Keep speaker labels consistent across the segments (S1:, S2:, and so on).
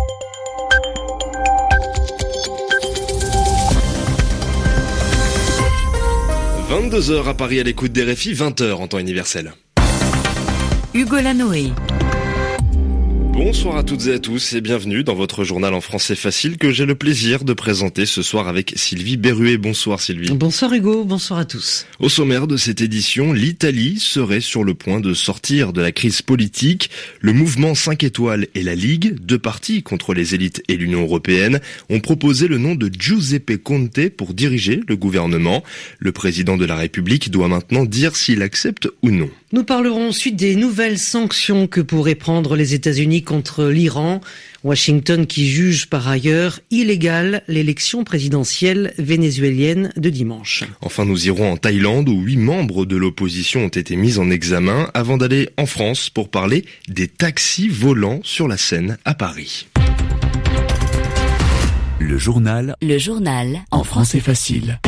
S1: « 22h à Paris à l'écoute des RFI, 20h en temps universel. »
S2: Hugo Lanoé.
S1: Bonsoir à toutes et à tous et bienvenue dans votre journal en français facile que j'ai le plaisir de présenter ce soir avec Sylvie Berruet. Bonsoir Sylvie.
S3: Bonsoir Hugo, bonsoir à tous.
S1: Au sommaire de cette édition, l'Italie serait sur le point de sortir de la crise politique. Le mouvement 5 étoiles et la Ligue, deux partis contre les élites et l'Union européenne, ont proposé le nom de Giuseppe Conte pour diriger le gouvernement. Le président de la République doit maintenant dire s'il accepte ou non.
S3: Nous parlerons ensuite des nouvelles sanctions que pourraient prendre les États-Unis contre l'Iran. Washington qui juge par ailleurs illégale l'élection présidentielle vénézuélienne de dimanche.
S1: Enfin, nous irons en Thaïlande où 8 membres de l'opposition ont été mis en examen avant d'aller en France pour parler des taxis volants sur la Seine à Paris.
S4: Le journal en français facile.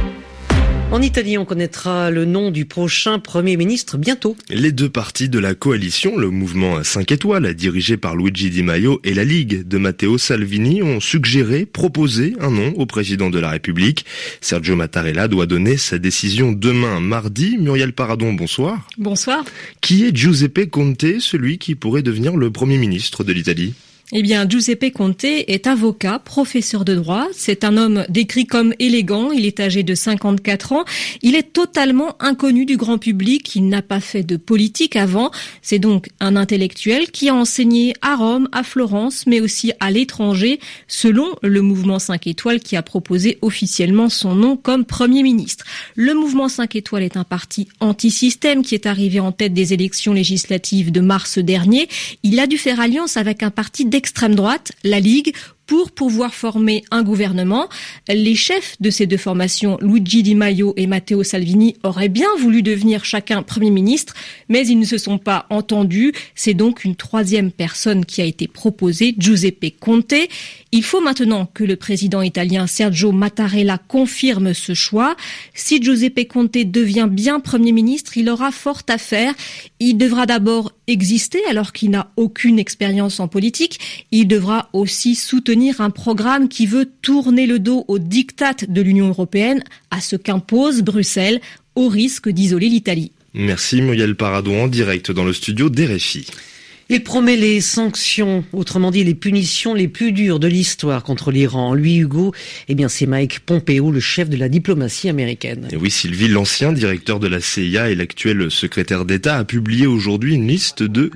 S3: En Italie, on connaîtra le nom du prochain Premier ministre bientôt.
S1: Les deux partis de la coalition, le mouvement 5 étoiles, dirigé par Luigi Di Maio, et la Ligue de Matteo Salvini ont proposé un nom au président de la République. Sergio Mattarella doit donner sa décision demain, mardi. Muriel Paradon, bonsoir.
S5: Bonsoir.
S1: Qui est Giuseppe Conte, celui qui pourrait devenir le Premier ministre de l'Italie ?
S5: Eh bien, Giuseppe Conte est avocat, professeur de droit. C'est un homme décrit comme élégant. Il est âgé de 54 ans. Il est totalement inconnu du grand public. Il n'a pas fait de politique avant. C'est donc un intellectuel qui a enseigné à Rome, à Florence, mais aussi à l'étranger, selon le mouvement 5 étoiles qui a proposé officiellement son nom comme Premier ministre. Le mouvement 5 étoiles est un parti anti-système qui est arrivé en tête des élections législatives de mars dernier. Il a dû faire alliance avec un parti d'extrême droite, la Ligue, pour pouvoir former un gouvernement. Les chefs de ces deux formations, Luigi Di Maio et Matteo Salvini, auraient bien voulu devenir chacun Premier ministre, mais ils ne se sont pas entendus. C'est donc une troisième personne qui a été proposée, Giuseppe Conte. Il faut maintenant que le président italien Sergio Mattarella confirme ce choix. Si Giuseppe Conte devient bien Premier ministre, il aura fort à faire. Il devra d'abord exister alors qu'il n'a aucune expérience en politique. Il devra aussi soutenir un programme qui veut tourner le dos aux diktats de l'Union européenne, à ce qu'impose Bruxelles, au risque d'isoler l'Italie.
S1: Merci Muriel Paradon, en direct dans le studio d'RFI.
S3: Il promet les sanctions, autrement dit les punitions les plus dures de l'histoire contre l'Iran. Lui, Hugo, c'est Mike Pompeo, le chef de la diplomatie américaine.
S1: Et oui, Sylvie, l'ancien directeur de la CIA et l'actuel secrétaire d'État a publié aujourd'hui une liste de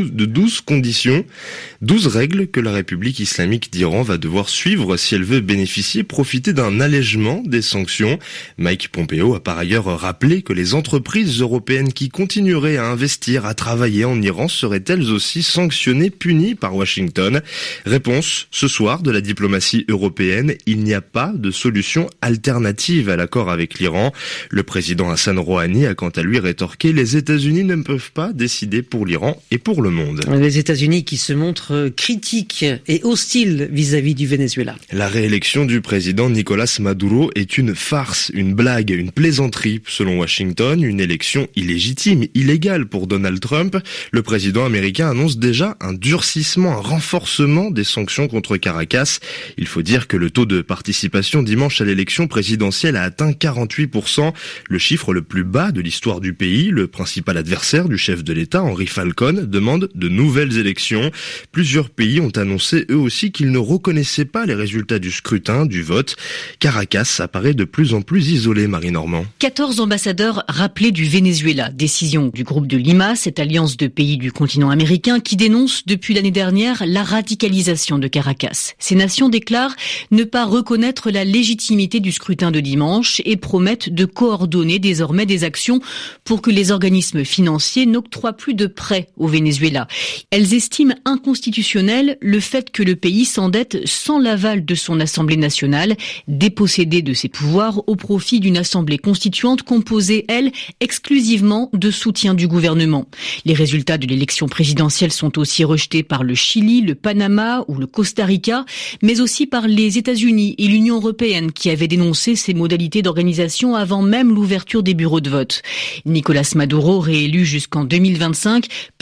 S1: 12 conditions, 12 règles que la République islamique d'Iran va devoir suivre si elle veut profiter d'un allègement des sanctions. Mike Pompeo a par ailleurs rappelé que les entreprises européennes qui continueraient à investir, à travailler en Iran seraient elles aussi sanctionnées, punies par Washington. Réponse ce soir de la diplomatie européenne, il n'y a pas de solution alternative à l'accord avec l'Iran. Le président Hassan Rouhani a quant à lui rétorqué, les États-Unis ne peuvent pas décider pour l'Iran et pour le monde.
S3: Les États-Unis qui se montrent critiques et hostiles vis-à-vis du Venezuela.
S1: La réélection du président Nicolás Maduro est une farce, une blague, une plaisanterie. Selon Washington, une élection illégitime, illégale pour Donald Trump. Le président américain annonce déjà un durcissement, un renforcement des sanctions contre Caracas. Il faut dire que le taux de participation dimanche à l'élection présidentielle a atteint 48%, le chiffre le plus bas de l'histoire du pays. Le principal adversaire du chef de l'État, Henry Falcone, demande de nouvelles élections. Plusieurs pays ont annoncé eux aussi qu'ils ne reconnaissaient pas les résultats du scrutin, du vote. Caracas apparaît de plus en plus isolé, Marie Normand.
S2: 14 ambassadeurs rappelés du Venezuela. Décision du groupe de Lima, cette alliance de pays du continent américain qui dénonce depuis l'année dernière la radicalisation de Caracas. Ces nations déclarent ne pas reconnaître la légitimité du scrutin de dimanche et promettent de coordonner désormais des actions pour que les organismes financiers n'octroient plus de prêts au Venezuela. Elles estiment inconstitutionnel le fait que le pays s'endette sans l'aval de son Assemblée nationale, dépossédée de ses pouvoirs au profit d'une Assemblée constituante composée, elle, exclusivement de soutien du gouvernement. Les résultats de l'élection présidentielle sont aussi rejetés par le Chili, le Panama ou le Costa Rica, mais aussi par les États-Unis et l'Union européenne qui avaient dénoncé ces modalités d'organisation avant même l'ouverture des bureaux de vote. Nicolás Maduro, réélu jusqu'en 2025, peut néanmoins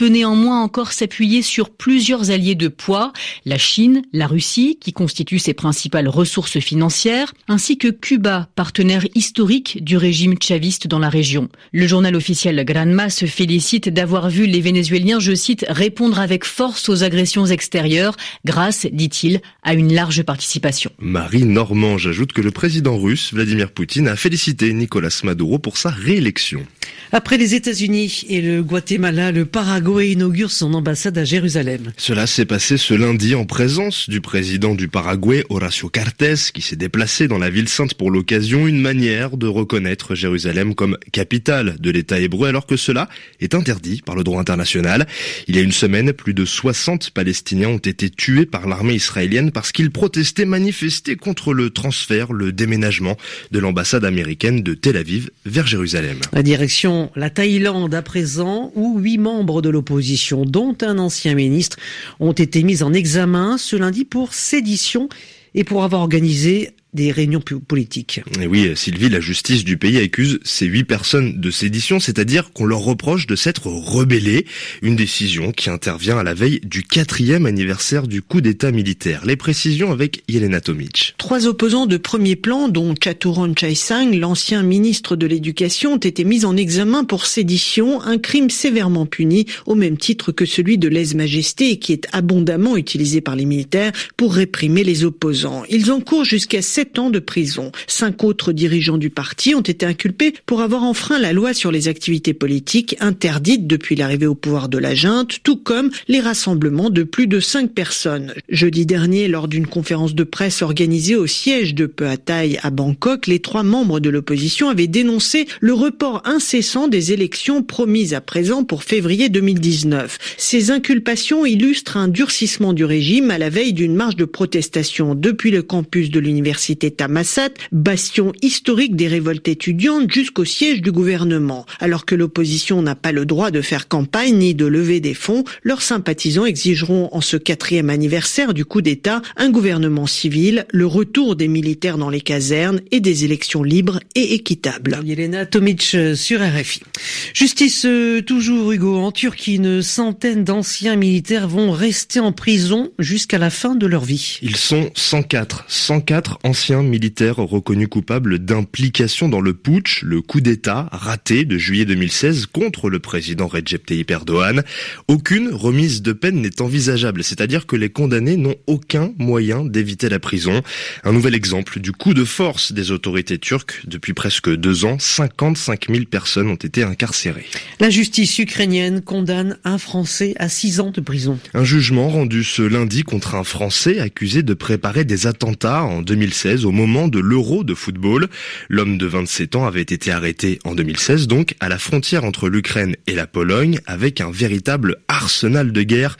S2: néanmoins encore s'appuyer sur plusieurs alliés de poids, la Chine, la Russie, qui constituent ses principales ressources financières, ainsi que Cuba, partenaire historique du régime chaviste dans la région. Le journal officiel Granma se félicite d'avoir vu les Vénézuéliens, je cite, répondre avec force aux agressions extérieures grâce, dit-il, à une large participation.
S1: Marie Normand ajoute que le président russe, Vladimir Poutine, a félicité Nicolás Maduro pour sa réélection.
S3: Après les États-Unis et le Guatemala, le Paraguay inaugure son ambassade à Jérusalem.
S1: Cela s'est passé ce lundi en présence du président du Paraguay, Horacio Cartes, qui s'est déplacé dans la ville sainte pour l'occasion, une manière de reconnaître Jérusalem comme capitale de l'État hébreu, alors que cela est interdit par le droit international. Il y a une semaine, plus de 60 Palestiniens ont été tués par l'armée israélienne parce qu'ils manifestaient contre le transfert, le déménagement de l'ambassade américaine de Tel Aviv vers Jérusalem.
S3: La direction, la Thaïlande à présent, où 8 membres de l'opposition, dont un ancien ministre, ont été mis en examen ce lundi pour sédition et pour avoir organisé des réunions politiques.
S1: Et oui, Sylvie, la justice du pays accuse ces 8 personnes de sédition, c'est-à-dire qu'on leur reproche de s'être rebellés. Une décision qui intervient à la veille du 4e anniversaire du coup d'État militaire. Les précisions avec Yelena Tomic.
S6: 3 opposants de premier plan, dont Chatouran Chaisang, l'ancien ministre de l'Éducation, ont été mis en examen pour sédition, un crime sévèrement puni, au même titre que celui de lèse-majesté et qui est abondamment utilisé par les militaires pour réprimer les opposants. Ils encourent jusqu'à 7 ans de prison. 5 autres dirigeants du parti ont été inculpés pour avoir enfreint la loi sur les activités politiques interdites depuis l'arrivée au pouvoir de la junte, tout comme les rassemblements de plus de 5 personnes. Jeudi dernier, lors d'une conférence de presse organisée au siège de Pheu-Thai à Bangkok, les 3 membres de l'opposition avaient dénoncé le report incessant des élections promises à présent pour février 2019. Ces inculpations illustrent un durcissement du régime à la veille d'une marche de protestation depuis le campus de l'université Thammasat, bastion historique des révoltes étudiantes, jusqu'au siège du gouvernement. Alors que l'opposition n'a pas le droit de faire campagne ni de lever des fonds, leurs sympathisants exigeront en ce 4e anniversaire du coup d'État un gouvernement civil, le retour des militaires dans les casernes et des élections libres et équitables.
S3: Yelena Tomic sur RFI. Justice toujours, Hugo. En Turquie, une centaine d'anciens militaires vont rester en prison jusqu'à la fin de leur vie.
S1: Ils sont 104 anciens militaires reconnus coupables d'implication dans le putsch, le coup d'État raté de juillet 2016 contre le président Recep Tayyip Erdogan. Aucune remise de peine n'est envisageable, c'est-à-dire que les condamnés n'ont aucun moyen d'éviter la prison. Un nouvel exemple du coup de force des autorités turques. Depuis presque 2 ans, 55 000 personnes ont été incarcérées.
S3: La justice ukrainienne condamne un Français à 6 ans de prison.
S1: Un jugement rendu ce lundi contre un Français accusé de préparer des attentats en 2016 au moment de l'Euro de football. L'homme de 27 ans avait été arrêté en 2016, donc à la frontière entre l'Ukraine et la Pologne, avec un véritable arsenal de guerre,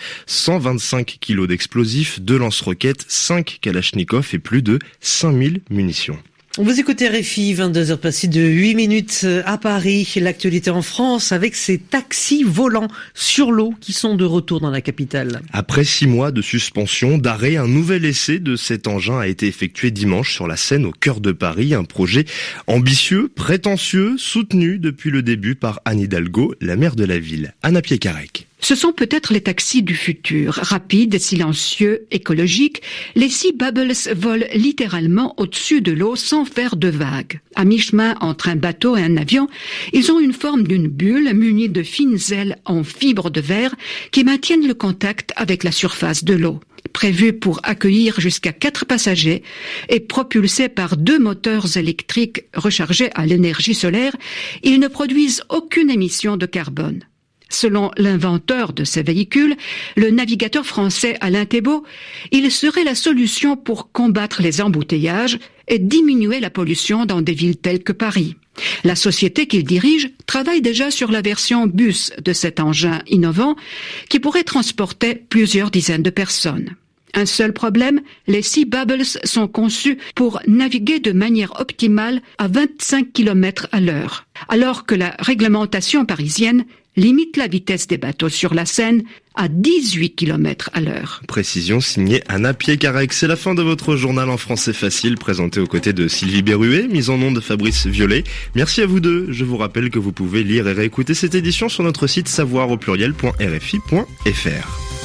S1: 125 kilos d'explosifs, 2 lance-roquettes, 5 kalachnikovs et plus de 5000 munitions.
S3: Vous écoutez RFI, 22h passées de 8 minutes à Paris. L'actualité en France avec ces taxis volants sur l'eau qui sont de retour dans la capitale.
S1: Après 6 mois de suspension, d'arrêt, un nouvel essai de cet engin a été effectué dimanche sur la Seine au cœur de Paris. Un projet ambitieux, prétentieux, soutenu depuis le début par Anne Hidalgo, la maire de la ville. Anna Piekarek.
S7: Ce sont peut-être les taxis du futur, rapides, silencieux, écologiques. Les Sea Bubbles volent littéralement au-dessus de l'eau sans faire de vagues. À mi-chemin entre un bateau et un avion, ils ont une forme d'une bulle munie de fines ailes en fibre de verre qui maintiennent le contact avec la surface de l'eau. Prévus pour accueillir jusqu'à 4 passagers et propulsés par 2 moteurs électriques rechargés à l'énergie solaire, ils ne produisent aucune émission de carbone. Selon l'inventeur de ces véhicules, le navigateur français Alain Thébault, il serait la solution pour combattre les embouteillages et diminuer la pollution dans des villes telles que Paris. La société qu'il dirige travaille déjà sur la version bus de cet engin innovant qui pourrait transporter plusieurs dizaines de personnes. Un seul problème, les Sea Bubbles sont conçus pour naviguer de manière optimale à 25 km à l'heure, alors que la réglementation parisienne limite la vitesse des bateaux sur la Seine à 18 km à l'heure.
S1: Précision signée Anna Pied-Carec. C'est la fin de votre journal en français facile, présenté aux côtés de Sylvie Berruet, mise en onde de Fabrice Violet. Merci à vous deux. Je vous rappelle que vous pouvez lire et réécouter cette édition sur notre site savoir@rfi.fr.